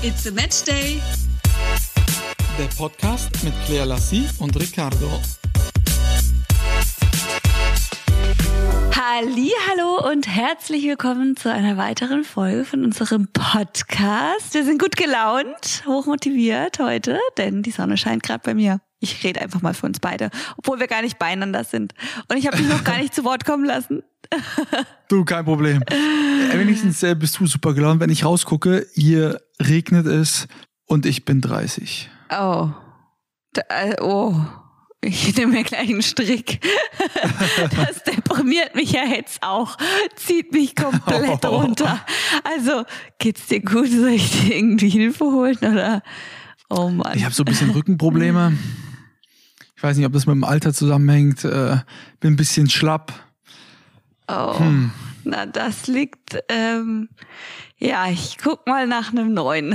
It's a Match Day. Der Podcast mit Claire Lassie und Ricardo. Hallo und herzlich willkommen zu einer weiteren Folge von unserem Podcast. Wir sind gut gelaunt, hochmotiviert heute, denn die Sonne scheint gerade bei mir. Ich rede einfach mal für uns beide, obwohl wir gar nicht beieinander sind. Und ich habe mich noch gar nicht zu Wort kommen lassen. Du, kein Problem. Wenigstens bist du super gelaunt. Wenn ich rausgucke, hier regnet es und ich bin 30. Oh. Ich nehme mir gleich einen Strick. Das deprimiert mich ja jetzt auch. Zieht mich komplett runter. Also, geht's dir gut? Soll ich dir irgendwie Hilfe holen? Oder? Oh Mann. Ich habe so ein bisschen Rückenprobleme. Ich weiß nicht, ob das mit dem Alter zusammenhängt. Bin ein bisschen schlapp. Oh, na das liegt, ich guck mal nach einem neuen.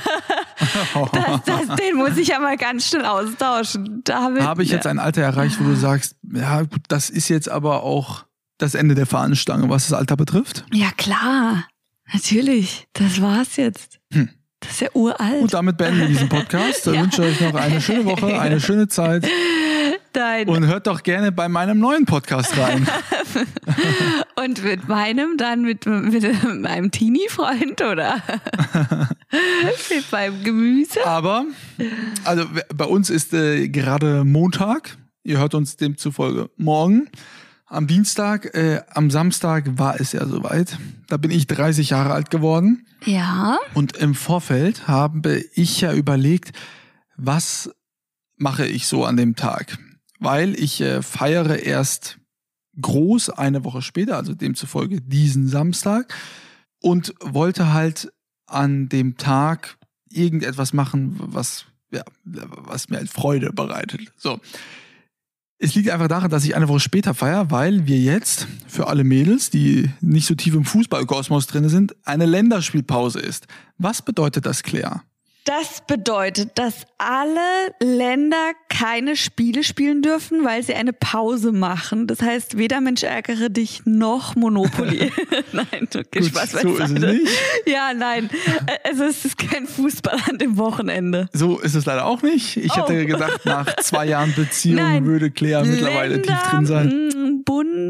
Den muss ich ja mal ganz schnell austauschen. Habe ich jetzt ein Alter erreicht, wo du sagst, ja gut, das ist jetzt aber auch das Ende der Fahnenstange, was das Alter betrifft? Ja klar, natürlich, das war's jetzt. Das ist ja uralt. Und damit beenden wir diesen Podcast. Dann wünsche ich euch noch eine schöne Woche, eine schöne Zeit. Nein. Und hört doch gerne bei meinem neuen Podcast rein. Und mit meinem dann mit meinem Teenie-Freund oder mit meinem Gemüse. Aber, also bei uns ist gerade Montag. Ihr hört uns demzufolge morgen. Am Dienstag, am Samstag war es ja soweit. Da bin ich 30 Jahre alt geworden. Ja. Und im Vorfeld habe ich ja überlegt, was mache ich so an dem Tag? Weil ich feiere erst groß eine Woche später, also demzufolge diesen Samstag, und wollte halt an dem Tag irgendetwas machen, was mir halt Freude bereitet. So. Es liegt einfach daran, dass ich eine Woche später feiere, weil wir jetzt für alle Mädels, die nicht so tief im Fußballkosmos drin sind, eine Länderspielpause ist. Was bedeutet das, Claire? Das bedeutet, dass alle Länder keine Spiele spielen dürfen, weil sie eine Pause machen. Das heißt, weder Mensch ärgere dich noch Monopoly. Nein, okay, Spaß beiseite. So ist es nicht. Ja, nein. Also es ist kein Fußball an dem Wochenende. So ist es leider auch nicht. Ich hätte gedacht, nach 2 Jahren Beziehung würde Claire mittlerweile tief drin sein.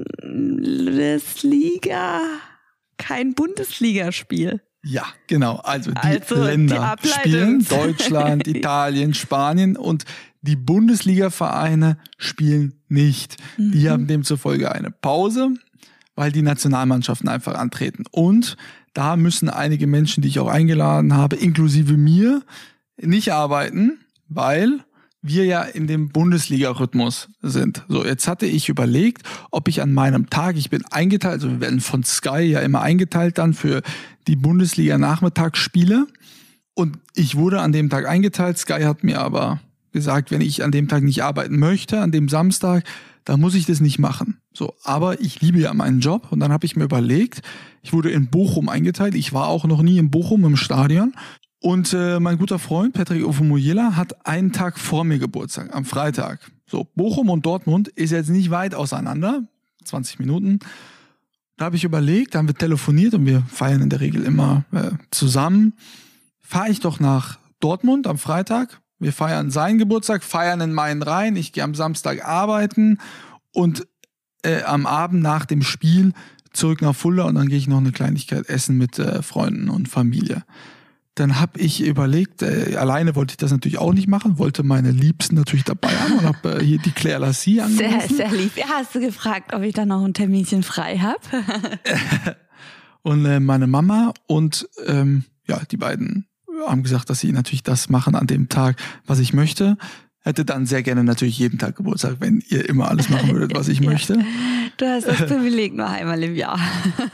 Bundesliga. Kein Bundesligaspiel. Ja, genau. Also die Länder spielen, Deutschland, Italien, Spanien, und die Bundesliga-Vereine spielen nicht. Die haben demzufolge eine Pause, weil die Nationalmannschaften einfach antreten. Und da müssen einige Menschen, die ich auch eingeladen habe, inklusive mir, nicht arbeiten, weil wir ja in dem Bundesliga-Rhythmus sind. So, jetzt hatte ich überlegt, ob ich an meinem Tag, ich bin eingeteilt, also wir werden von Sky ja immer eingeteilt dann für die Bundesliga-Nachmittagsspiele, und ich wurde an dem Tag eingeteilt. Sky hat mir aber gesagt, wenn ich an dem Tag nicht arbeiten möchte, an dem Samstag, dann muss ich das nicht machen. So, aber ich liebe ja meinen Job, und dann habe ich mir überlegt, ich wurde in Bochum eingeteilt, ich war auch noch nie in Bochum im Stadion. Und mein guter Freund Patrick Ofumuyela hat einen Tag vor mir Geburtstag, am Freitag. So, Bochum und Dortmund ist jetzt nicht weit auseinander, 20 Minuten. Da habe ich überlegt, da haben wir telefoniert, und wir feiern in der Regel immer zusammen. Fahre ich doch nach Dortmund am Freitag. Wir feiern seinen Geburtstag, feiern in meinen rein. Ich gehe am Samstag arbeiten und am Abend nach dem Spiel zurück nach Fulda, und dann gehe ich noch eine Kleinigkeit essen mit Freunden und Familie. Dann habe ich überlegt, alleine wollte ich das natürlich auch nicht machen, wollte meine Liebsten natürlich dabei haben und habe hier die Claire Lassie angerufen. Sehr, sehr lieb. Ja, hast du gefragt, ob ich da noch ein Terminchen frei habe? Und meine Mama und die beiden haben gesagt, dass sie natürlich das machen an dem Tag, was ich möchte. Hätte dann sehr gerne natürlich jeden Tag Geburtstag, wenn ihr immer alles machen würdet, was ich möchte. Du hast das Privileg nur einmal im Jahr.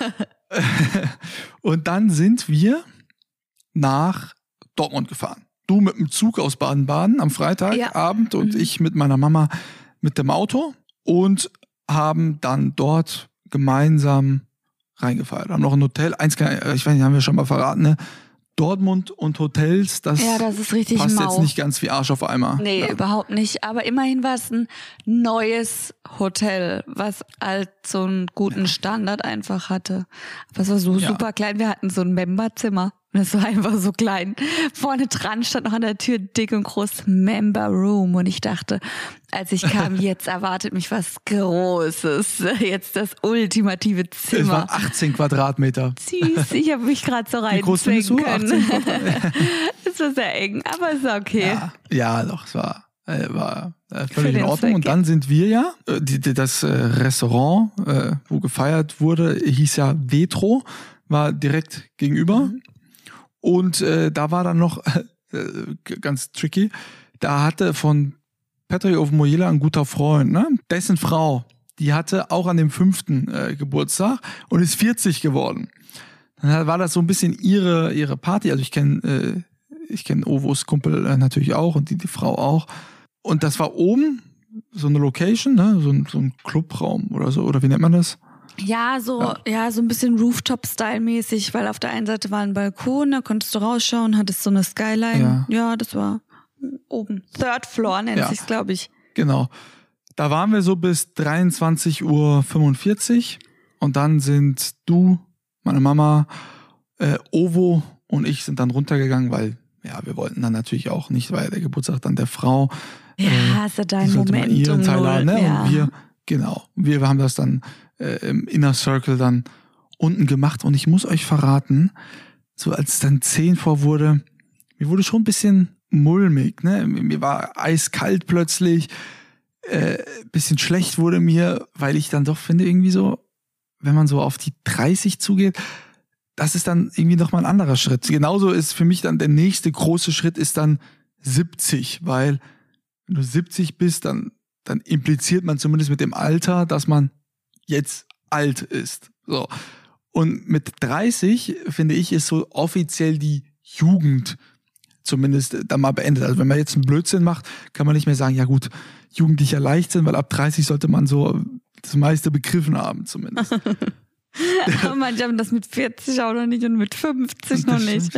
Und dann sind wir nach Dortmund gefahren. Du mit dem Zug aus Baden-Baden am Freitagabend und ich mit meiner Mama mit dem Auto, und haben dann dort gemeinsam reingefeiert. Haben noch ein Hotel, ich weiß nicht, haben wir schon mal verraten, ne? Dortmund und Hotels, das ist richtig passt mau. Jetzt nicht ganz wie Arsch auf Eimer. Nee, ja. Überhaupt nicht. Aber immerhin war es ein neues Hotel, was halt so einen guten Standard einfach hatte. Aber es war so super klein. Wir hatten so ein Memberzimmer. Und das war einfach so klein. Vorne dran stand noch an der Tür dick und groß Member Room. Und ich dachte, als ich kam, jetzt erwartet mich was Großes. Jetzt das ultimative Zimmer. Es war 18 Quadratmeter. Süß, ich habe mich gerade so reinzwingen können. Es war sehr eng, aber es war okay. Ja, doch, es war völlig in Ordnung. Und dann sind wir das Restaurant, wo gefeiert wurde, hieß ja Vetro, war direkt gegenüber. Und da war dann noch ganz tricky, da hatte von Patrick Ovmojela, ein guter Freund, ne? Dessen Frau, die hatte auch an dem 5. Geburtstag und ist 40 geworden. Dann war das so ein bisschen ihre Party. Also ich kenne Ovos Kumpel natürlich auch und die Frau auch. Und das war oben so eine Location, ne? So ein Clubraum oder so, oder wie nennt man das? Ja, so ein bisschen Rooftop-Style-mäßig, weil auf der einen Seite war ein Balkon, da konntest du rausschauen, hattest so eine Skyline. Ja, das war oben. Third Floor nennt sich's, glaube ich. Genau. Da waren wir so bis 23:45 Uhr und dann sind du, meine Mama, Ovo und ich sind dann runtergegangen, weil wir wollten dann natürlich auch nicht, weil der Geburtstag dann der Frau. Ja, ist ja dein Moment. Ihren Teil haben, ne? Und wir haben das dann im Inner Circle dann unten gemacht und ich muss euch verraten, so als es dann 10 vor wurde, mir wurde schon ein bisschen mulmig, ne? Mir war eiskalt plötzlich, bisschen schlecht wurde mir, weil ich dann doch finde irgendwie so, wenn man so auf die 30 zugeht, das ist dann irgendwie nochmal ein anderer Schritt. Genauso ist für mich dann der nächste große Schritt ist dann 70, weil wenn du 70 bist, dann impliziert man zumindest mit dem Alter, dass man jetzt alt ist. So. Und mit 30, finde ich, ist so offiziell die Jugend zumindest dann mal beendet. Also wenn man jetzt einen Blödsinn macht, kann man nicht mehr sagen, ja gut, jugendlicher Leichtsinn, weil ab 30 sollte man so das meiste begriffen haben zumindest. Aber manche haben das mit 40 auch noch nicht und mit 50 noch nicht.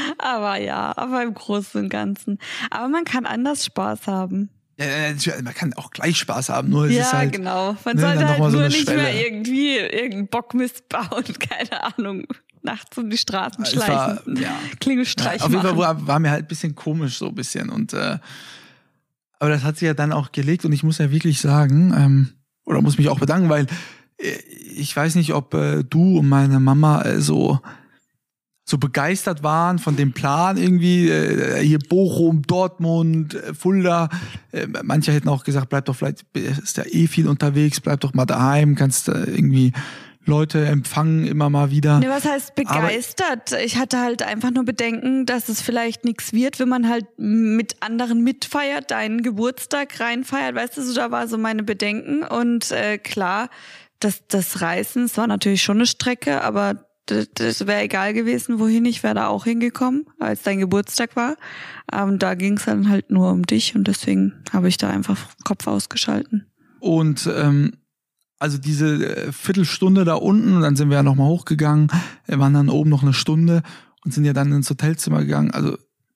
Aber im Großen und Ganzen. Aber man kann anders Spaß haben. Ja, man kann auch gleich Spaß haben, nur es ist halt... genau. Man sollte halt nur nicht mehr irgendwie irgendeinen Bockmist bauen, keine Ahnung, nachts um die Straßen schleichen, Klingelstreich machen. Auf jeden Fall war mir halt ein bisschen komisch, so ein bisschen. Und aber das hat sich ja dann auch gelegt und ich muss ja wirklich sagen, oder muss mich auch bedanken, weil ich weiß nicht, ob du und meine Mama so begeistert waren von dem Plan irgendwie, hier Bochum, Dortmund, Fulda. Manche hätten auch gesagt, bleib doch vielleicht, ist ja viel unterwegs, bleib doch mal daheim, kannst irgendwie Leute empfangen immer mal wieder. Ne, was heißt begeistert? Ich hatte halt einfach nur Bedenken, dass es vielleicht nichts wird, wenn man halt mit anderen mitfeiert, deinen Geburtstag reinfeiert, weißt du, so da war so meine Bedenken und klar, das Reisen, es war natürlich schon eine Strecke, aber das wäre egal gewesen, wohin, ich wäre da auch hingekommen, als dein Geburtstag war. Und da ging es dann halt nur um dich und deswegen habe ich da einfach Kopf ausgeschalten. Und also diese Viertelstunde da unten, und dann sind wir ja nochmal hochgegangen, waren dann oben noch eine Stunde und sind ja dann ins Hotelzimmer gegangen. Also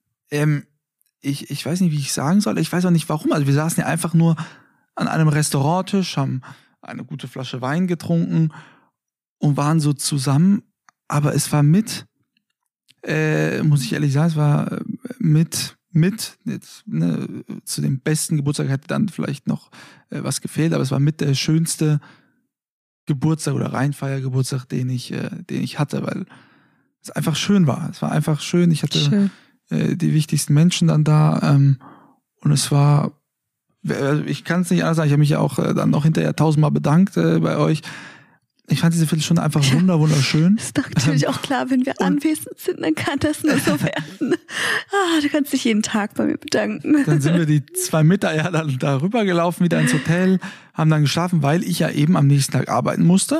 ich weiß nicht, wie ich sagen soll, ich weiß auch nicht warum. Also wir saßen ja einfach nur an einem Restauranttisch, haben eine gute Flasche Wein getrunken und waren so zusammen. Aber es war muss ich ehrlich sagen, es war mit jetzt, ne, zu dem besten Geburtstag hätte dann vielleicht noch was gefehlt, aber es war mit der schönste Geburtstag oder Rheinfeiergeburtstag, den ich hatte, weil es einfach schön war. Es war einfach schön. Ich hatte die wichtigsten Menschen dann da und es war, ich kann es nicht anders sagen, ich habe mich ja auch dann noch hinterher 1000-mal bedankt bei euch. Ich fand diese Viertelstunde einfach wunderschön. Ist doch natürlich auch klar, wenn wir anwesend sind, dann kann das nur so werden. Du kannst dich jeden Tag bei mir bedanken. Dann sind wir die 2 Mittag dann da rübergelaufen, wieder ins Hotel, haben dann geschlafen, weil ich ja eben am nächsten Tag arbeiten musste.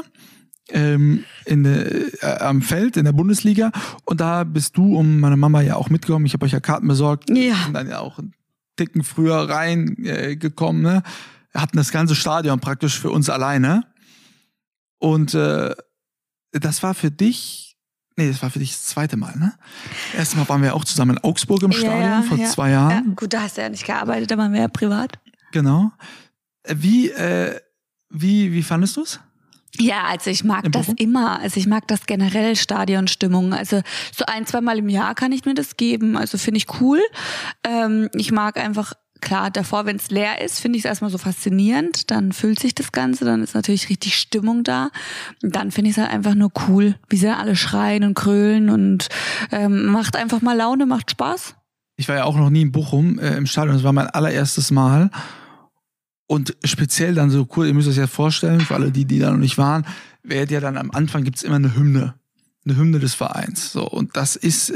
Am Feld in der Bundesliga. Und da bist du und meine Mama ja auch mitgekommen. Ich habe euch ja Karten besorgt. Ja. Wir sind dann ja auch einen Ticken früher reingekommen. Ne? Wir hatten das ganze Stadion praktisch für uns alleine. Und das war für dich das zweite Mal, ne? Erstes Mal waren wir auch zusammen in Augsburg im Stadion vor 2 Jahren. Ja, gut, da hast du ja nicht gearbeitet, da waren wir ja privat. Genau. Wie fandest du es? Ja, also ich mag das immer. Also ich mag das generell, Stadionstimmung. Also so 1-2 Mal im Jahr kann ich mir das geben. Also finde ich cool. Ich mag einfach, klar, davor, wenn es leer ist, finde ich es erstmal so faszinierend. Dann füllt sich das Ganze, dann ist natürlich richtig Stimmung da. Und dann finde ich es halt einfach nur cool, wie sie alle schreien und krölen und macht einfach mal Laune, macht Spaß. Ich war ja auch noch nie in Bochum im Stadion. Das war mein allererstes Mal. Und speziell dann so cool, ihr müsst euch ja vorstellen, für alle, die da noch nicht waren, werdet ja dann am Anfang gibt's immer eine Hymne des Vereins. So, und das ist,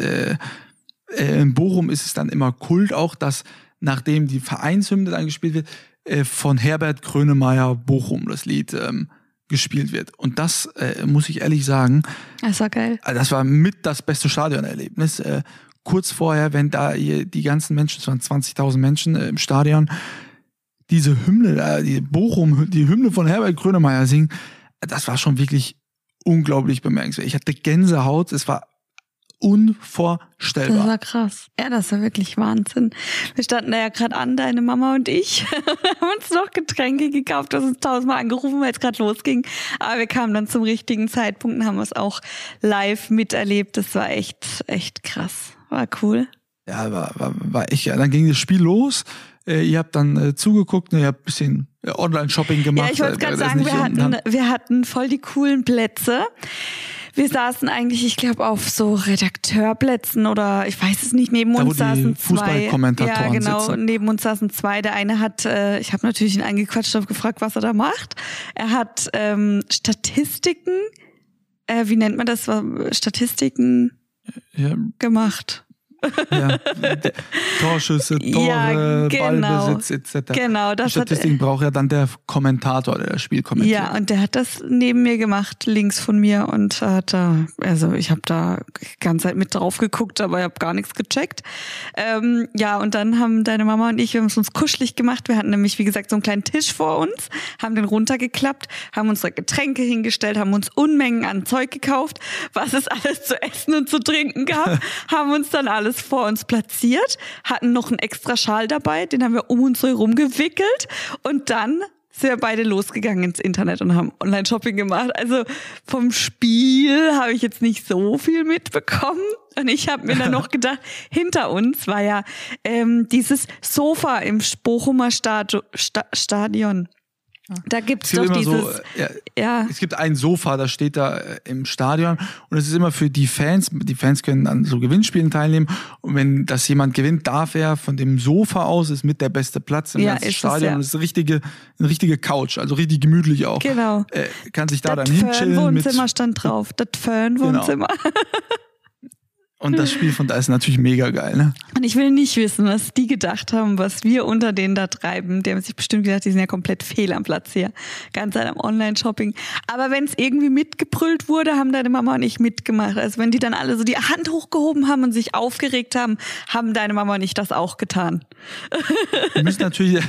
in Bochum ist es dann immer Kult auch, dass nachdem die Vereinshymne dann gespielt wird, von Herbert Grönemeyer Bochum das Lied gespielt wird. Und das, muss ich ehrlich sagen, das war geil. Das war mit das beste Stadionerlebnis. Kurz vorher, wenn da die ganzen Menschen, es waren 20.000 Menschen im Stadion, diese Hymne, die Hymne von Herbert Grönemeyer singen, das war schon wirklich unglaublich bemerkenswert. Ich hatte Gänsehaut, es war unvorstellbar. Das war krass. Ja, das war wirklich Wahnsinn. Wir standen da ja gerade an, deine Mama und ich, haben uns noch Getränke gekauft, du hast uns 1000-mal angerufen, weil es gerade losging. Aber wir kamen dann zum richtigen Zeitpunkt und haben es auch live miterlebt. Das war echt krass. War cool. Ja, war echt, ja. Dann ging das Spiel los. Ihr habt dann zugeguckt, ihr habt ein bisschen Online-Shopping gemacht. Ja, ich wollte gerade sagen, wir hatten voll die coolen Plätze. Wir saßen eigentlich, ich glaube, auf so Redakteurplätzen oder ich weiß es nicht, neben uns saßen zwei. Fußballkommentatoren ja, genau, sitzen. Neben uns saßen zwei. Der eine hat, ich habe natürlich ihn angequatscht, habe gefragt, was er da macht. Er hat Statistiken, wie nennt man das, Statistiken gemacht. Ja, Torschüsse, Tore, ja, genau, Ballbesitz etc. Genau, das Statistiken braucht ja dann der Kommentator, der das Spiel kommentiert. Ja, und der hat das neben mir gemacht, links von mir, und hat da, also ich habe da die ganze Zeit mit drauf geguckt, aber ich habe gar nichts gecheckt. Ja, und dann haben deine Mama und ich, wir haben es uns kuschelig gemacht. Wir hatten nämlich, wie gesagt, so einen kleinen Tisch vor uns, haben den runtergeklappt, haben unsere Getränke hingestellt, haben uns Unmengen an Zeug gekauft, was es alles zu essen und zu trinken gab, haben uns dann alles vor uns platziert, hatten noch einen extra Schal dabei, den haben wir um uns herum gewickelt und dann sind wir beide losgegangen ins Internet und haben Online-Shopping gemacht. Also vom Spiel habe ich jetzt nicht so viel mitbekommen. Und ich habe mir dann noch gedacht, hinter uns war ja dieses Sofa im Bochumer Stadion. Da gibt's doch dieses, so, ja. Es gibt ein Sofa, das steht da im Stadion und es ist immer für die Fans können an so Gewinnspielen teilnehmen und wenn das jemand gewinnt, darf er von dem Sofa aus, ist mit der beste Platz im ganzen Stadion und es ist eine richtige Couch, also richtig gemütlich auch. Genau. Kann sich da dann hinchillen. Das Föhn-Wohnzimmer stand drauf, das Föhn-Wohnzimmer. Genau. Und das Spiel von da ist natürlich mega geil, ne? Und ich will nicht wissen, was die gedacht haben, was wir unter denen da treiben. Die haben sich bestimmt gedacht, die sind ja komplett fehl am Platz hier. Ganz halt am Online-Shopping. Aber wenn es irgendwie mitgebrüllt wurde, haben deine Mama und ich mitgemacht. Also wenn die dann alle so die Hand hochgehoben haben und sich aufgeregt haben, haben deine Mama und ich das auch getan. Wir müssen natürlich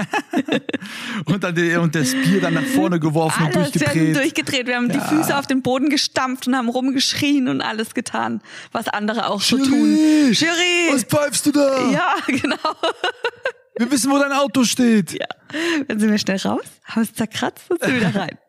und das Bier dann nach vorne geworfen und durchgedreht. Wir haben durchgedreht. Wir haben die Füße auf den Boden gestampft und haben rumgeschrien und alles getan, was andere auch so tun. Jury! Was pfeifst du da? Ja, genau. Wir wissen, wo dein Auto steht. Ja. Dann sind wir schnell raus, haben es zerkratzt und sind wieder rein.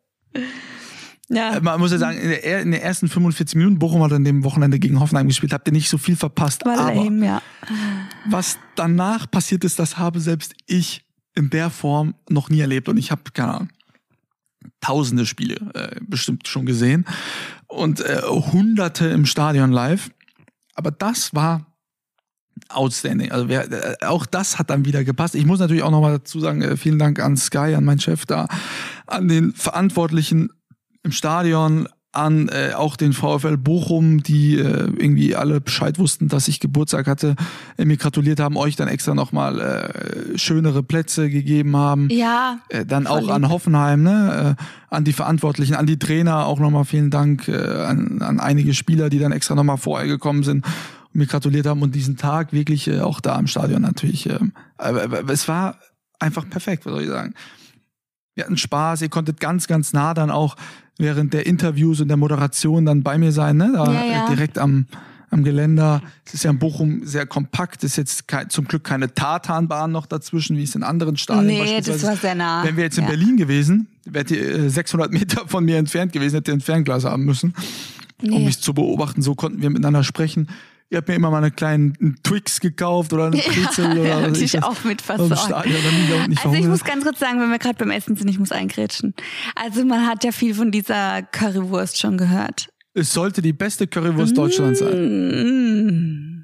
Ja. Man muss ja sagen, in den ersten 45 Minuten, Bochum hat an dem Wochenende gegen Hoffenheim gespielt, habt ihr nicht so viel verpasst. War aber lame, ja. Was danach passiert ist, das habe selbst ich in der Form noch nie erlebt. Und ich habe, keine Ahnung, tausende Spiele bestimmt schon gesehen und hunderte im Stadion live. Aber das war outstanding. Also auch das hat dann wieder gepasst. Ich muss natürlich auch nochmal dazu sagen, vielen Dank an Sky, an meinen Chef da, an den Verantwortlichen im Stadion, an auch den VfL Bochum, die irgendwie alle Bescheid wussten, dass ich Geburtstag hatte, mir gratuliert haben, euch dann extra nochmal schönere Plätze gegeben haben. Ja. Dann auch lieb. An Hoffenheim, ne? An die Verantwortlichen, an die Trainer auch nochmal vielen Dank, an einige Spieler, die dann extra nochmal vorher gekommen sind und mir gratuliert haben und diesen Tag wirklich auch da im Stadion natürlich. Es war einfach perfekt, was soll ich sagen. Wir hatten Spaß, ihr konntet ganz, ganz nah dann auch während der Interviews und der Moderation dann bei mir sein, ne? Da direkt am am Geländer. Es ist ja in Bochum sehr kompakt. Es ist jetzt zum Glück keine Tartanbahn noch dazwischen, wie es in anderen Stadien beispielsweise. Das war sehr nah. Wären wir jetzt in Berlin gewesen, wärt ihr 600 Meter von mir entfernt gewesen, hättet ihr ein Fernglas haben müssen, um mich zu beobachten. So konnten wir miteinander sprechen. Ihr habt mir immer mal einen kleinen Twix gekauft oder eine Brezel oder was. Ich auch mit versorgt. Also ich muss ganz kurz sagen, wenn wir gerade beim Essen sind, ich muss eingrätschen. Also man hat ja viel von dieser Currywurst schon gehört. Es sollte die beste Currywurst Deutschlands sein.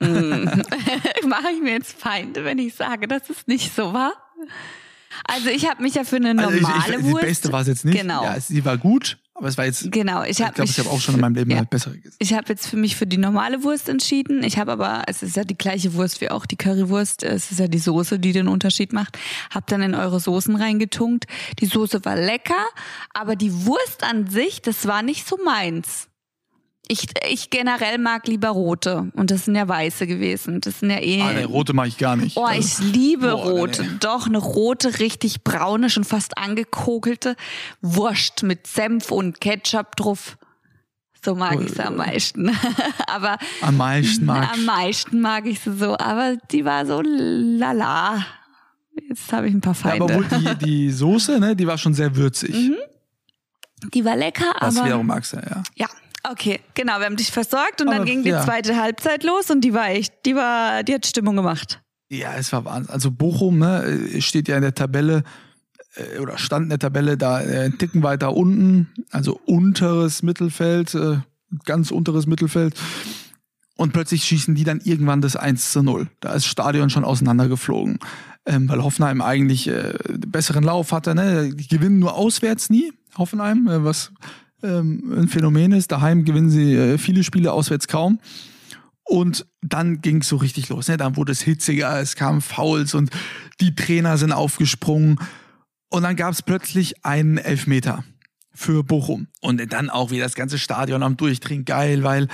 Mache ich mir jetzt Feinde, wenn ich sage, dass es nicht so war? Also ich habe mich ja für eine normale Wurst... Die beste war es jetzt nicht. Genau. Ja, sie war gut, aber es war jetzt... Genau. Ich glaube, ich habe auch schon in meinem Leben halt bessere gesehen. Ich habe jetzt für mich für die normale Wurst entschieden. Ich habe aber, es ist ja die gleiche Wurst wie auch die Currywurst. Es ist ja die Soße, die den Unterschied macht. Hab dann in eure Soßen reingetunkt. Die Soße war lecker, aber die Wurst an sich, das war nicht so meins. Ich generell mag lieber rote. Und das sind ja weiße gewesen. Das sind ja rote mag ich gar nicht. Oh, ich liebe rote. Nee. Doch, eine rote, richtig braune, schon fast angekokelte Wurst mit Senf und Ketchup drauf. So mag ich sie am meisten. Aber am meisten mag ich sie so. Aber die war so lala. Jetzt habe ich ein paar Feinde. Ja, aber wohl die Soße, ne, die war schon sehr würzig. Mhm. Die war lecker, das aber... wiederum magst du, ja. Ja. Okay, genau, wir haben dich versorgt und dann ging die zweite Halbzeit los und die hat Stimmung gemacht. Ja, es war Wahnsinn. Also Bochum, ne, steht ja in der Tabelle oder stand in der Tabelle da einen Ticken weiter unten, also unteres Mittelfeld, ganz unteres Mittelfeld. Und plötzlich schießen die dann irgendwann das 1:0. Da ist das Stadion schon auseinandergeflogen, weil Hoffenheim eigentlich besseren Lauf hatte. Ne? Die gewinnen nur auswärts nie, Hoffenheim, was ein Phänomen ist. Daheim gewinnen sie viele Spiele, auswärts kaum. Und dann ging es so richtig los. Ne? Dann wurde es hitziger, es kamen Fouls und die Trainer sind aufgesprungen. Und dann gab es plötzlich einen Elfmeter für Bochum. Und dann auch wieder das ganze Stadion am Durchdrehen. Geil, weil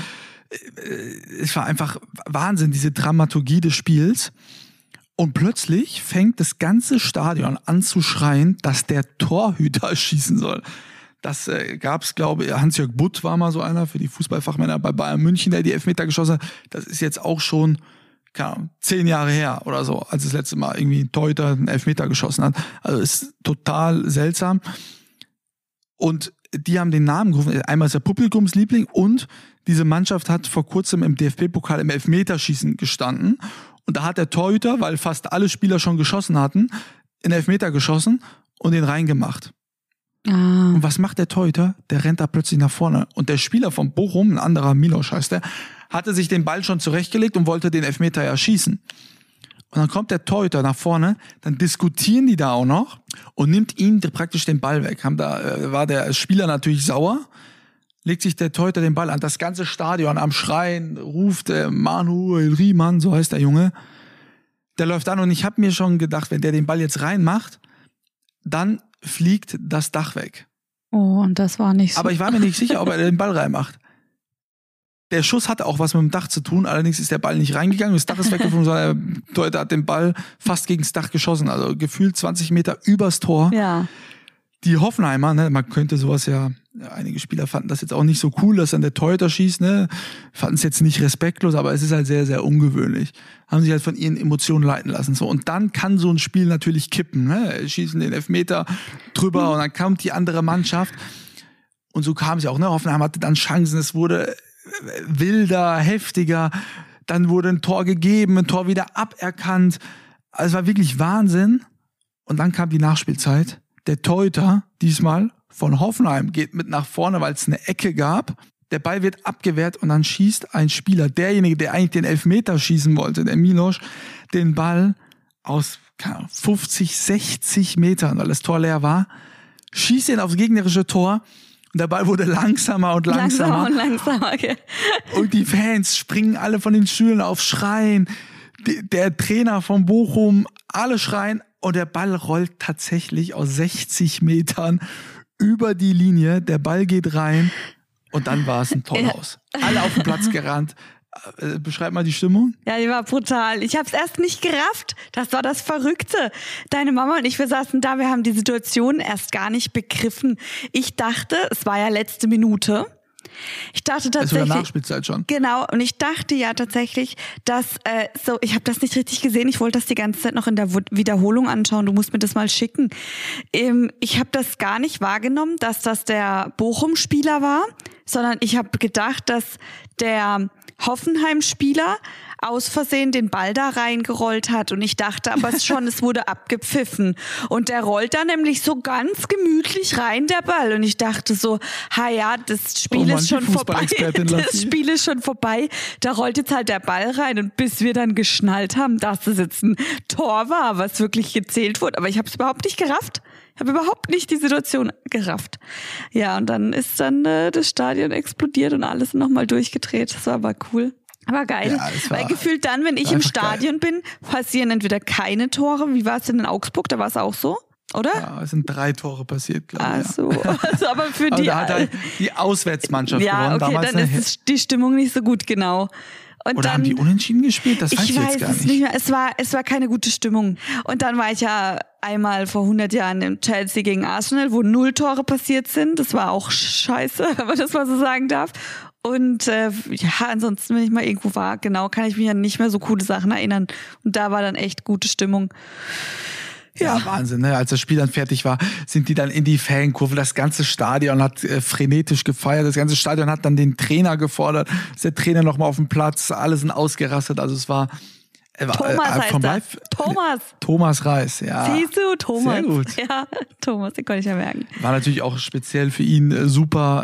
es war einfach Wahnsinn, diese Dramaturgie des Spiels. Und plötzlich fängt das ganze Stadion an zu schreien, dass der Torhüter schießen soll. Das gab es, glaube ich, Hans-Jörg Butt war mal so einer für die Fußballfachmänner bei Bayern München, der die Elfmeter geschossen hat. Das ist jetzt auch schon, keine Ahnung, 10 Jahre her oder so, als das letzte Mal irgendwie ein Torhüter einen Elfmeter geschossen hat. Also ist total seltsam. Und die haben den Namen gerufen. Einmal ist der Publikumsliebling und diese Mannschaft hat vor kurzem im DFB-Pokal im Elfmeterschießen gestanden. Und da hat der Torhüter, weil fast alle Spieler schon geschossen hatten, einen Elfmeter geschossen und den reingemacht. Ah. Und was macht der Torhüter? Der rennt da plötzlich nach vorne. Und der Spieler von Bochum, ein anderer Miloš heißt der, hatte sich den Ball schon zurechtgelegt und wollte den Elfmeter ja schießen. Und dann kommt der Torhüter nach vorne, dann diskutieren die da auch noch und nimmt ihm praktisch den Ball weg. War der Spieler natürlich sauer, legt sich der Torhüter den Ball an. Das ganze Stadion am Schreien ruft Manuel Riemann, so heißt der Junge. Der läuft an und ich habe mir schon gedacht, wenn der den Ball jetzt reinmacht, dann fliegt das Dach weg. Oh, und das war nicht so. Aber ich war mir nicht sicher, ob er den Ball reinmacht. Der Schuss hatte auch was mit dem Dach zu tun, allerdings ist der Ball nicht reingegangen, das Dach ist weggeflogen, sondern der Torhüter hat den Ball fast gegen das Dach geschossen, also gefühlt 20 Meter übers Tor. Ja. Die Hoffenheimer, ne, man könnte sowas ja, einige Spieler fanden das jetzt auch nicht so cool, dass dann der Torhüter schießt, ne, fanden es jetzt nicht respektlos, aber es ist halt sehr, sehr ungewöhnlich. Haben sich halt von ihren Emotionen leiten lassen, so. Und dann kann so ein Spiel natürlich kippen, ne, schießen den Elfmeter drüber und dann kommt die andere Mannschaft. Und so kam es ja auch, ne, Hoffenheim hatte dann Chancen, es wurde wilder, heftiger, dann wurde ein Tor gegeben, ein Tor wieder aberkannt. Also es war wirklich Wahnsinn. Und dann kam die Nachspielzeit. Der Torhüter, diesmal von Hoffenheim, geht mit nach vorne, weil es eine Ecke gab. Der Ball wird abgewehrt und dann schießt ein Spieler, derjenige, der eigentlich den Elfmeter schießen wollte, der Miloš, den Ball aus 50, 60 Metern, weil das Tor leer war, schießt ihn aufs gegnerische Tor. Und der Ball wurde langsamer und langsamer. Okay. Und die Fans springen alle von den Stühlen auf, schreien. Der Trainer von Bochum, alle schreien. Und der Ball rollt tatsächlich aus 60 Metern über die Linie. Der Ball geht rein. Und dann war es ein Tor aus. Alle auf den Platz gerannt. Beschreib mal die Stimmung. Ja, die war brutal. Ich habe es erst nicht gerafft. Das war das Verrückte. Deine Mama und ich, wir saßen da, wir haben die Situation erst gar nicht begriffen. Ich dachte, es war ja letzte Minute. Ich dachte tatsächlich. Das war Nachspielzeit schon. Genau, und ich dachte ja tatsächlich, dass ich habe das nicht richtig gesehen. Ich wollte das die ganze Zeit noch in der Wiederholung anschauen. Du musst mir das mal schicken. Ich habe das gar nicht wahrgenommen, dass das der Bochum-Spieler war, sondern ich habe gedacht, dass der Hoffenheim-Spieler aus Versehen den Ball da reingerollt hat und ich dachte aber schon, es wurde abgepfiffen und der rollt da nämlich so ganz gemütlich rein, der Ball, und ich dachte so, das Spiel ist schon vorbei, das Spiel ist schon vorbei, da rollt jetzt halt der Ball rein, und bis wir dann geschnallt haben, dass das jetzt ein Tor war, was wirklich gezählt wurde, aber ich habe es überhaupt nicht gerafft. Ich habe überhaupt nicht die Situation gerafft. Ja, und dann ist das Stadion explodiert und alles nochmal durchgedreht. Das war aber cool. Aber geil. Ja, weil gefühlt dann, wenn ich im Stadion bin, passieren entweder keine Tore. Wie war es denn in Augsburg? Da war es auch so, oder? Ja, es sind 3 Tore passiert, glaube ich. Ach so. Also, aber für da hat halt die Auswärtsmannschaft gewonnen. Ja, okay, dann ist die Stimmung nicht so gut, genau. Und oder dann, haben die unentschieden gespielt? Das weiß ich jetzt gar nicht mehr. Es war keine gute Stimmung. Und dann war ich ja einmal vor 100 Jahren im Chelsea gegen Arsenal, wo 0 Tore passiert sind. Das war auch scheiße, wenn man das mal so sagen darf. Und ansonsten, wenn ich mal irgendwo war, genau, kann ich mich an nicht mehr so coole Sachen erinnern. Und da war dann echt gute Stimmung. Ja, Wahnsinn, ne? Als das Spiel dann fertig war, sind die dann in die Fankurve. Das ganze Stadion hat frenetisch gefeiert. Das ganze Stadion hat dann den Trainer gefordert. Ist der Trainer nochmal auf dem Platz. Alle sind ausgerastet. Also es war Thomas heißt das. Thomas Reis, ja. Siehst du, Thomas. Sehr gut. Ja, Thomas, den konnte ich ja merken. War natürlich auch speziell für ihn super.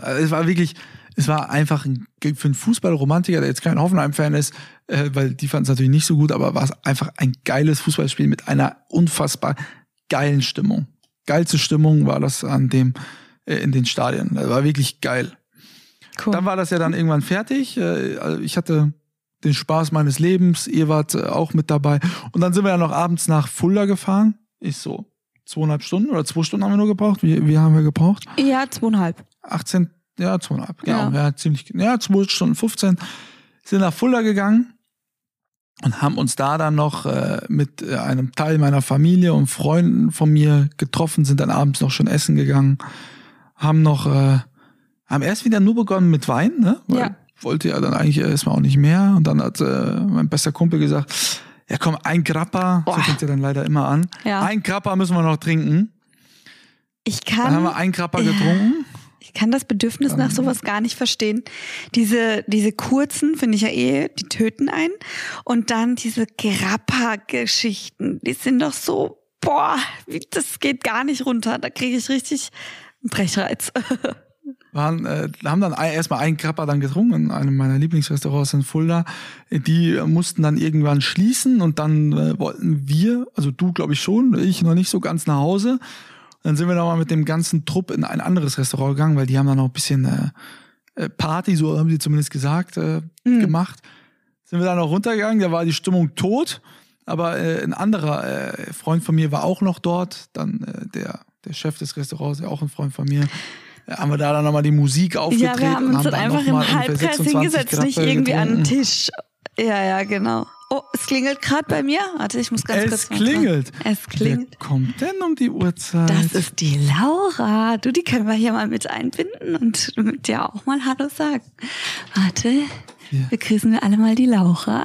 Es war einfach für einen Fußballromantiker, der jetzt kein Hoffenheim-Fan ist, weil die fanden es natürlich nicht so gut, aber war es einfach ein geiles Fußballspiel mit einer unfassbar geilen Stimmung. Geilste Stimmung war das in den Stadien. Das war wirklich geil. Cool. Dann war das ja dann irgendwann fertig. Ich hatte den Spaß meines Lebens. Ihr wart auch mit dabei. Und dann sind wir ja noch abends nach Fulda gefahren. 2,5 Stunden oder 2 Stunden haben wir nur gebraucht. Wie haben wir gebraucht? Ja, 2,5. 2,5, genau. Ja, 2 Stunden 15. Sind nach Fulda gegangen und haben uns da dann noch mit einem Teil meiner Familie und Freunden von mir getroffen, sind dann abends noch schon essen gegangen, haben erst wieder nur begonnen mit Wein, ne? Weil wollte ja dann eigentlich erstmal auch nicht mehr. Und dann hat mein bester Kumpel gesagt, ja komm, ein Grappa, so fängt er dann leider immer an. Ja. Ein Grappa müssen wir noch trinken. Dann haben wir ein Grappa getrunken. Ich kann das Bedürfnis nach sowas gar nicht verstehen. Diese kurzen, finde ich ja die töten einen. Und dann diese Grappa-Geschichten, die sind doch so, das geht gar nicht runter. Da kriege ich richtig einen Brechreiz. Haben dann erstmal einen Grappa dann getrunken in einem meiner Lieblingsrestaurants in Fulda. Die mussten dann irgendwann schließen und dann wollten wir, also du glaube ich schon, ich noch nicht so ganz nach Hause. Dann sind wir nochmal mit dem ganzen Trupp in ein anderes Restaurant gegangen, weil die haben dann noch ein bisschen Party, so haben sie zumindest gesagt, gemacht. Sind wir dann noch runtergegangen, da war die Stimmung tot, aber ein anderer Freund von mir war auch noch dort, dann der Chef des Restaurants, auch ein Freund von mir. Haben wir da dann nochmal die Musik aufgedreht. Ja, wir haben uns dann einfach im Halbkreis hingesetzt, nicht irgendwie an den Tisch. Ja, genau. Oh, es klingelt gerade bei mir. Warte, ich muss ganz kurz mal klingelt. Es klingelt. Wer kommt denn um die Uhrzeit? Das ist die Laura. Die können wir hier mal mit einbinden und mit dir auch mal Hallo sagen. Warte, begrüßen wir alle mal die Laura.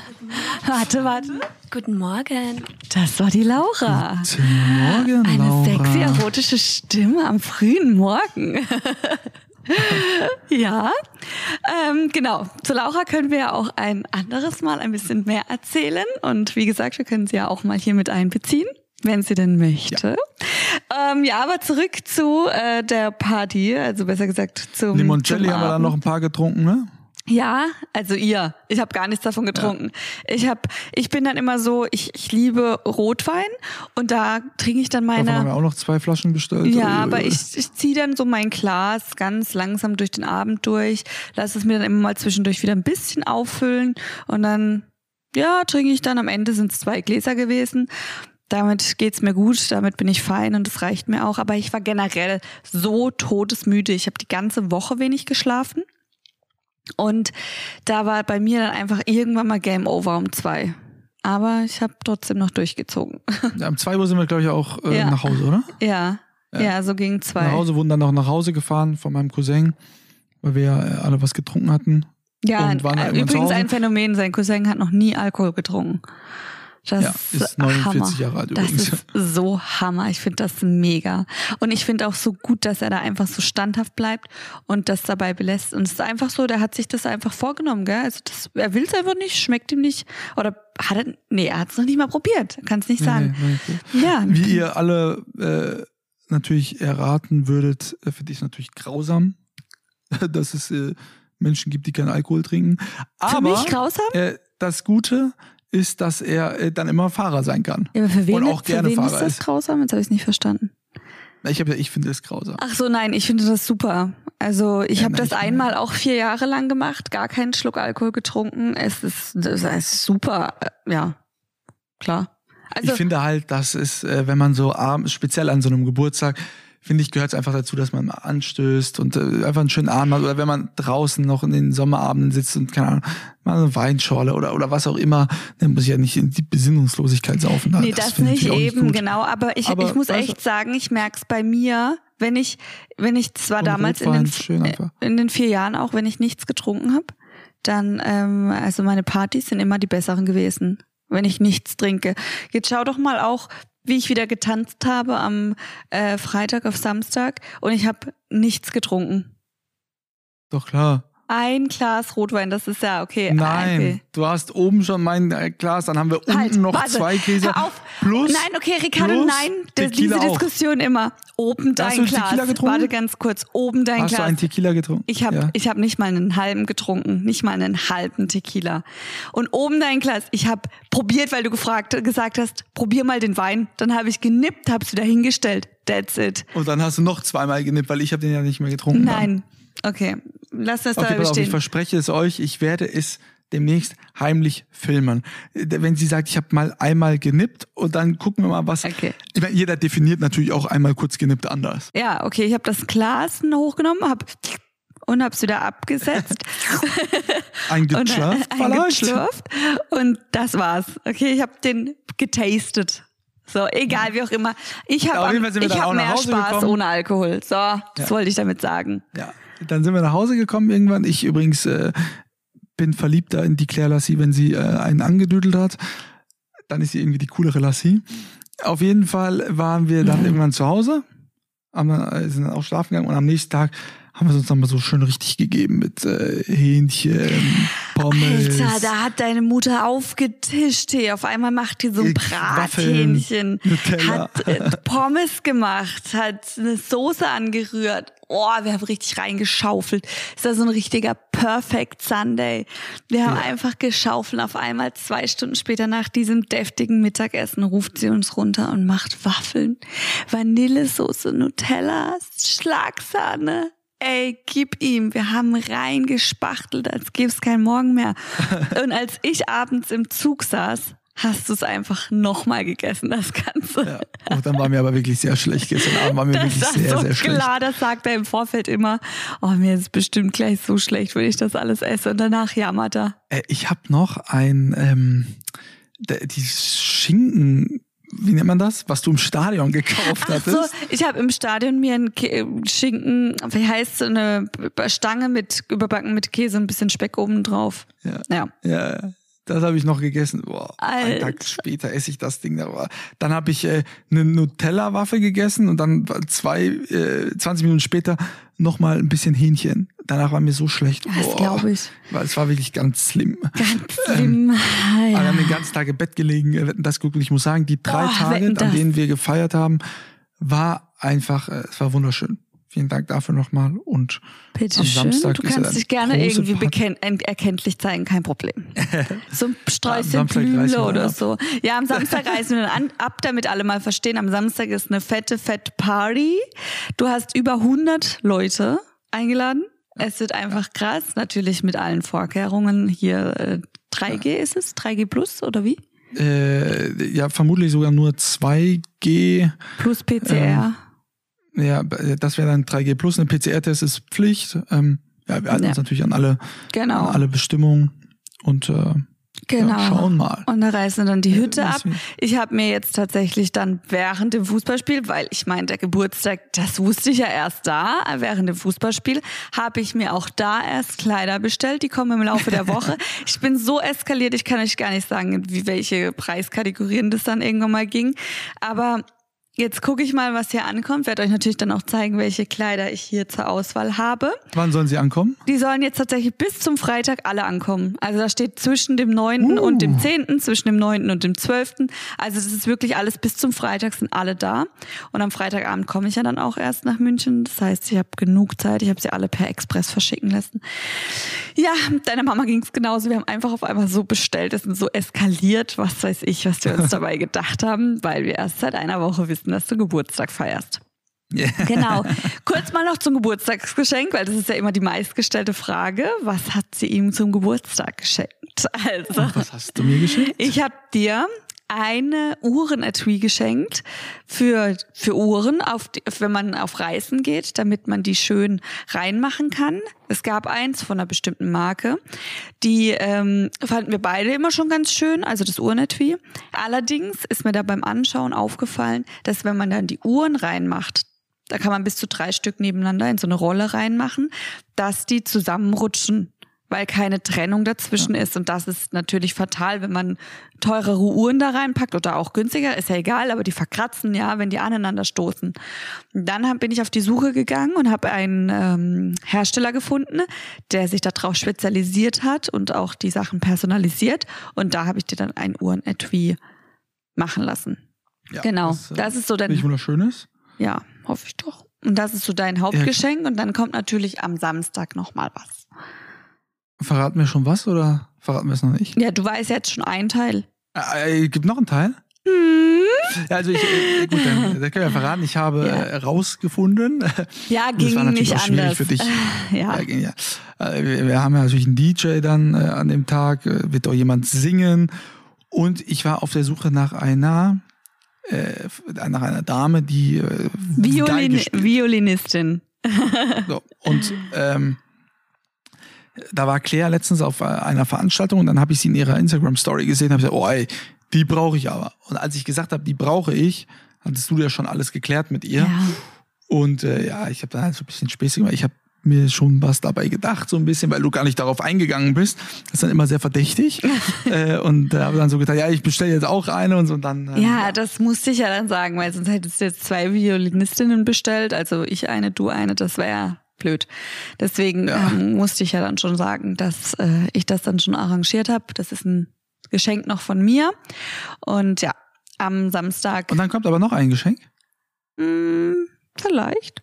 Warte. Guten Morgen. Das war die Laura. Guten Morgen, Laura. Eine sexy, erotische Stimme am frühen Morgen. Ja, genau. Zu Laura können wir ja auch ein anderes Mal ein bisschen mehr erzählen. Und wie gesagt, wir können sie ja auch mal hier mit einbeziehen, wenn sie denn möchte. Ja, aber zurück zu der Party, also besser gesagt zum Limoncelli haben wir dann noch ein paar getrunken, ne? Ja, also ich habe gar nichts davon getrunken. Ja. Ich bin dann immer so, ich liebe Rotwein und da trinke ich dann meine... Davon haben wir auch noch 2 Flaschen bestellt. Ja, aber ich ziehe dann so mein Glas ganz langsam durch den Abend durch, lasse es mir dann immer mal zwischendurch wieder ein bisschen auffüllen und dann, trinke ich dann, am Ende sind es 2 Gläser gewesen. Damit geht's mir gut, damit bin ich fein und das reicht mir auch, aber ich war generell so todesmüde. Ich habe die ganze Woche wenig geschlafen. Und da war bei mir dann einfach irgendwann mal Game Over um 2. Aber ich habe trotzdem noch durchgezogen. Ja, um 2 Uhr sind wir, glaube ich, auch nach Hause, oder? Ja, so gegen 2. Nach Hause, wurden dann auch nach Hause gefahren von meinem Cousin. weil wir ja alle was getrunken hatten. Ja, übrigens ein Phänomen, sein Cousin hat noch nie Alkohol getrunken. Das ist 49 Jahre alt übrigens. Das ist so Hammer. Ich finde das mega. Und ich finde auch so gut, dass er da einfach so standhaft bleibt und das dabei belässt. Und es ist einfach so, der hat sich das einfach vorgenommen, gell? Also er will es einfach nicht, schmeckt ihm nicht. Oder er hat es noch nicht mal probiert. Kann es nicht sagen. Nee. Ja. Wie ihr alle natürlich erraten würdet, finde ich es natürlich grausam, dass es Menschen gibt, die keinen Alkohol trinken. Aber für mich grausam? Das Gute ist, dass er dann immer Fahrer sein kann. Ja, aber für wen, und auch gerne Fahrer ist das grausam? Jetzt habe ich es nicht verstanden. Ich finde es grausam. Ach so, nein, ich finde das super. Also ich habe das einmal auch 4 Jahre lang gemacht, gar keinen Schluck Alkohol getrunken. Es ist super, ja, klar. Also, ich finde halt, dass es, wenn man so abends, speziell an so einem Geburtstag, finde ich, gehört es einfach dazu, dass man mal anstößt und einfach einen schönen Abend hat. Oder wenn man draußen noch in den Sommerabenden sitzt und, keine Ahnung, mal eine Weinschorle oder was auch immer, dann muss ich ja nicht in die Besinnungslosigkeit saufen. Nee, das nicht eben, nicht genau. Aber ich muss echt sagen, ich merke es bei mir, wenn ich zwar damals in den 4 Jahren auch, wenn ich nichts getrunken habe, dann, also meine Partys sind immer die besseren gewesen, wenn ich nichts trinke. Jetzt schau doch mal auch, wie ich wieder getanzt habe am Freitag auf Samstag und ich habe nichts getrunken. Doch klar. Ein Glas Rotwein, das ist ja okay. Nein, du hast oben schon mein Glas, dann haben wir unten noch 2 Gläser. Hör auf. Plus, nein, okay, Ricardo, nein, diese Diskussion immer. Oben dein Glas. Warte ganz kurz, oben dein Glas. Hast du einen Tequila getrunken? Ich hab nicht mal einen halben getrunken, nicht mal einen halben Tequila. Und oben dein Glas, ich habe probiert, weil du gesagt hast, probier mal den Wein. Dann habe ich genippt, hab's wieder hingestellt. That's it. Und dann hast du noch 2-mal genippt, weil ich habe den ja nicht mehr getrunken. Nein. Okay, lass das dabei bestehen. Ich verspreche es euch, ich werde es demnächst heimlich filmen. Wenn sie sagt, ich habe mal einmal genippt und dann gucken wir mal, was... Okay. Ich meine, jeder definiert natürlich auch einmal kurz genippt anders. Ja, okay, ich habe das Glas hochgenommen, und hab's wieder abgesetzt. Eingeschlürft und das war's. Okay, ich habe den getastet. So, egal, wie auch immer. Ich habe mehr Spaß gekommen. Ohne Alkohol. So, das wollte ich damit sagen. Ja, dann sind wir nach Hause gekommen irgendwann. Ich übrigens bin verliebter in die Claire Lassie, wenn sie einen angedüdelt hat. Dann ist sie irgendwie die coolere Lassie. Auf jeden Fall waren wir dann irgendwann zu Hause, sind dann auch schlafen gegangen und am nächsten Tag haben wir es uns dann mal so schön richtig gegeben mit Hähnchen, Pommes. Alter, da hat deine Mutter aufgetischt. Hey. Auf einmal macht die so ein Brathähnchen, hat Pommes gemacht, hat eine Soße angerührt. Oh, wir haben richtig reingeschaufelt. Das war so ein richtiger Perfect Sunday. Wir haben einfach geschaufelt. Auf einmal 2 Stunden später nach diesem deftigen Mittagessen ruft sie uns runter und macht Waffeln. Vanillesoße, Nutella, Schlagsahne. Ey, gib ihm. Wir haben reingespachtelt, als gäbe es keinen Morgen mehr. Und als ich abends im Zug saß, hast du es einfach nochmal gegessen, das Ganze. Ja. Und dann war mir aber wirklich sehr schlecht. Gestern Abend war mir wirklich sehr, sehr schlecht. Klar, das sagt er im Vorfeld immer. Oh, mir ist bestimmt gleich so schlecht, wenn ich das alles esse. Und danach jammert er. Ich habe noch die Schinken... Wie nennt man das? Was du im Stadion gekauft hattest? So, ich habe im Stadion mir einen Schinken, wie heißt so eine Stange überbacken mit Käse und ein bisschen Speck oben drauf. Ja, das habe ich noch gegessen. Boah, einen Tag später esse ich das Ding. Dann habe ich eine Nutella-Waffe gegessen und dann 20 Minuten später nochmal ein bisschen Hähnchen. Danach war mir so schlecht. Das glaube ich. Weil es war wirklich ganz schlimm. Ganz schlimm. Wir haben den ganzen Tag im Bett gelegen. Das gut. Ich muss sagen, die 3 Tage, an denen wir gefeiert haben, war einfach, es war wunderschön. Vielen Dank dafür nochmal. Und bitte am Samstag schön. Du kannst dich gerne irgendwie erkenntlich zeigen, kein Problem. So ein Sträußchen Blühle oder so. Ja, am Samstag reisen wir dann ab, damit alle mal verstehen. Am Samstag ist eine fette Party. Du hast über 100 Leute eingeladen. Es wird einfach krass, natürlich mit allen Vorkehrungen. Hier 3G ist es? 3G plus oder wie? Ja, vermutlich sogar nur 2G. Plus PCR. Ja, das wäre dann 3G plus. Eine PCR-Test ist Pflicht. Wir halten uns natürlich an alle Bestimmungen. Und Genau. Ja, schauen mal. Und da reißen dann die Hütte ab. Ich habe mir jetzt tatsächlich dann während dem Fußballspiel, weil ich meine, der Geburtstag, das wusste ich ja erst da, während dem Fußballspiel, habe ich mir auch da erst Kleider bestellt. Die kommen im Laufe der Woche. Ich bin so eskaliert, ich kann euch gar nicht sagen, welche Preiskategorien das dann irgendwann mal ging. Aber jetzt gucke ich mal, was hier ankommt. Werde euch natürlich dann auch zeigen, welche Kleider ich hier zur Auswahl habe. Wann sollen sie ankommen? Die sollen jetzt tatsächlich bis zum Freitag alle ankommen. Also da steht zwischen dem 9. und dem 10., zwischen dem 9. und dem 12. Also das ist wirklich alles bis zum Freitag sind alle da. Und am Freitagabend komme ich ja dann auch erst nach München. Das heißt, ich habe genug Zeit. Ich habe sie alle per Express verschicken lassen. Ja, deiner Mama ging es genauso. Wir haben einfach auf einmal so bestellt. Es sind so eskaliert. Was weiß ich, was wir uns dabei gedacht haben, weil wir erst seit einer Woche wissen, dass du Geburtstag feierst. Yeah. Genau. Kurz mal noch zum Geburtstagsgeschenk, weil das ist ja immer die meistgestellte Frage. Was hat sie ihm zum Geburtstag geschenkt? Also, was hast du mir geschenkt? Ich habe dir eine Uhrenetui geschenkt für Uhren, wenn man auf Reisen geht, damit man die schön reinmachen kann. Es gab eins von einer bestimmten Marke. Die fanden wir beide immer schon ganz schön, also das Uhrenetui. Allerdings ist mir da beim Anschauen aufgefallen, dass wenn man dann die Uhren reinmacht, da kann man bis zu 3 Stück nebeneinander in so eine Rolle reinmachen, dass die zusammenrutschen, weil keine Trennung dazwischen ist. Und das ist natürlich fatal, wenn man teurere Uhren da reinpackt oder auch günstiger, ist ja egal, aber die verkratzen ja, wenn die aneinander stoßen. Und dann bin ich auf die Suche gegangen und habe einen Hersteller gefunden, der sich darauf spezialisiert hat und auch die Sachen personalisiert. Und da habe ich dir dann ein Uhrenetui machen lassen. Ja, genau, das ist so dein... Nicht wunderschönes? Ja, hoffe ich doch. Und das ist so dein Hauptgeschenk. Und dann kommt natürlich am Samstag nochmal was. Verraten wir schon was oder verraten wir es noch nicht? Ja, du weißt jetzt schon einen Teil. Gibt noch einen Teil? Ja, also gut, dann können wir verraten. Ich habe rausgefunden. Ja, ging das war natürlich nicht auch schwierig anders. Für dich. Ja, ging ja. Wir haben ja natürlich einen DJ dann an dem Tag, wird auch jemand singen. Und ich war auf der Suche nach einer Dame, die Violinistin. So, und da war Claire letztens auf einer Veranstaltung und dann habe ich sie in ihrer Instagram-Story gesehen und habe gesagt, oh ey, die brauche ich aber. Und als ich gesagt habe, die brauche ich, hattest du ja schon alles geklärt mit ihr. Ja. Und ich habe dann halt so ein bisschen Späßig gemacht. Ich habe mir schon was dabei gedacht, so ein bisschen, weil du gar nicht darauf eingegangen bist. Das ist dann immer sehr verdächtig. Und habe dann so gedacht, ja, ich bestelle jetzt auch eine und so. Und dann, das musste ich ja dann sagen, weil sonst hättest du jetzt 2 Violinistinnen bestellt. Also ich eine, du eine, das wäre ja blöd. Deswegen musste ich ja dann schon sagen, dass ich das dann schon arrangiert habe. Das ist ein Geschenk noch von mir. Und ja, am Samstag. Und dann kommt aber noch ein Geschenk? Vielleicht.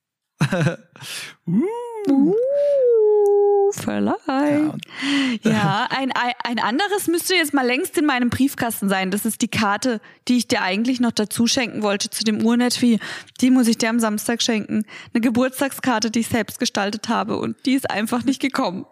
Vielleicht. Ja, ein anderes müsste jetzt mal längst in meinem Briefkasten sein. Das ist die Karte, die ich dir eigentlich noch dazu schenken wollte zu dem Uhrenetui. Die muss ich dir am Samstag schenken. Eine Geburtstagskarte, die ich selbst gestaltet habe und die ist einfach nicht gekommen.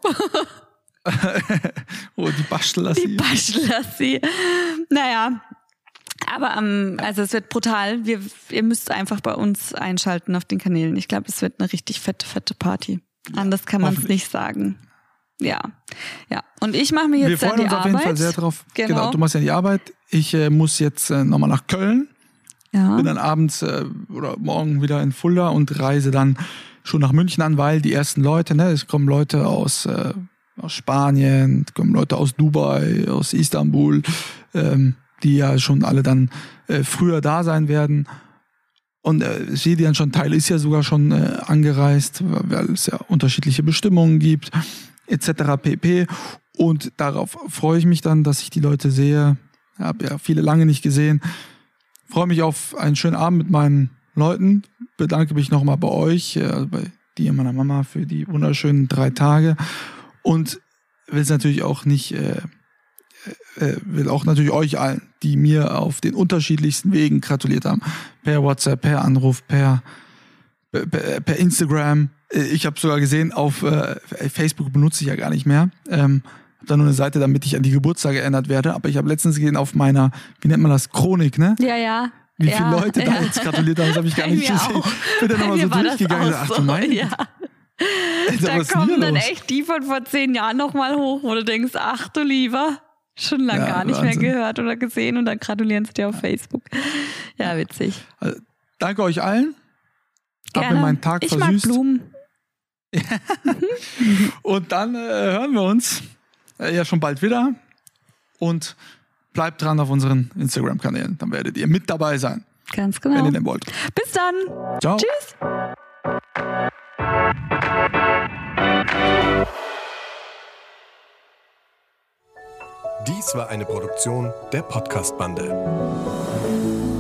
Die Bastelassi. Die Bastelassi. Naja. Aber also es wird brutal. Ihr müsst einfach bei uns einschalten auf den Kanälen. Ich glaube, es wird eine richtig fette Party. Anders kann man es nicht sagen. Ja. Und ich mache mir jetzt dann die Arbeit. Wir freuen uns auf jeden Fall sehr drauf. Genau, du machst ja die Arbeit. Ich muss jetzt nochmal nach Köln. Ja. Bin dann abends oder morgen wieder in Fulda und reise dann schon nach München an, weil die ersten Leute, es kommen Leute aus Spanien, kommen Leute aus Dubai, aus Istanbul, die ja schon alle dann früher da sein werden. Und Sedian schon Teil ist ja sogar schon angereist, weil es ja unterschiedliche Bestimmungen gibt, etc. pp. Und darauf freue ich mich dann, dass ich die Leute sehe. Ich habe ja viele lange nicht gesehen. Freue mich auf einen schönen Abend mit meinen Leuten. Bedanke mich nochmal bei euch, bei dir und meiner Mama für die wunderschönen 3 Tage. Und will es natürlich auch nicht... will auch natürlich euch allen, die mir auf den unterschiedlichsten Wegen gratuliert haben. Per WhatsApp, per Anruf, per Instagram. Ich habe sogar gesehen, auf Facebook benutze ich ja gar nicht mehr. Habe da nur eine Seite, damit ich an die Geburtstage erinnert werde. Aber ich habe letztens gesehen auf meiner, wie nennt man das, Chronik, ne? Ja. Wie viele Leute da jetzt gratuliert haben, das habe ich gar nicht gesehen. Ich bin dann nochmal so durchgegangen. Ach du meine. Ja. Da kommen dann echt die von vor 10 Jahren nochmal hoch, wo du denkst, ach du lieber. Schon lange gar nicht mehr gehört oder gesehen und dann gratulieren sie dir auf Facebook. Ja, witzig. Also, danke euch allen. Gerne. Hab mir meinen Tag versüßt. Ich mag Blumen. Und dann hören wir uns ja schon bald wieder. Und bleibt dran auf unseren Instagram-Kanälen. Dann werdet ihr mit dabei sein. Ganz genau. Wenn ihr denn wollt. Bis dann. Ciao. Tschüss. Dies war eine Produktion der Podcast-Bande.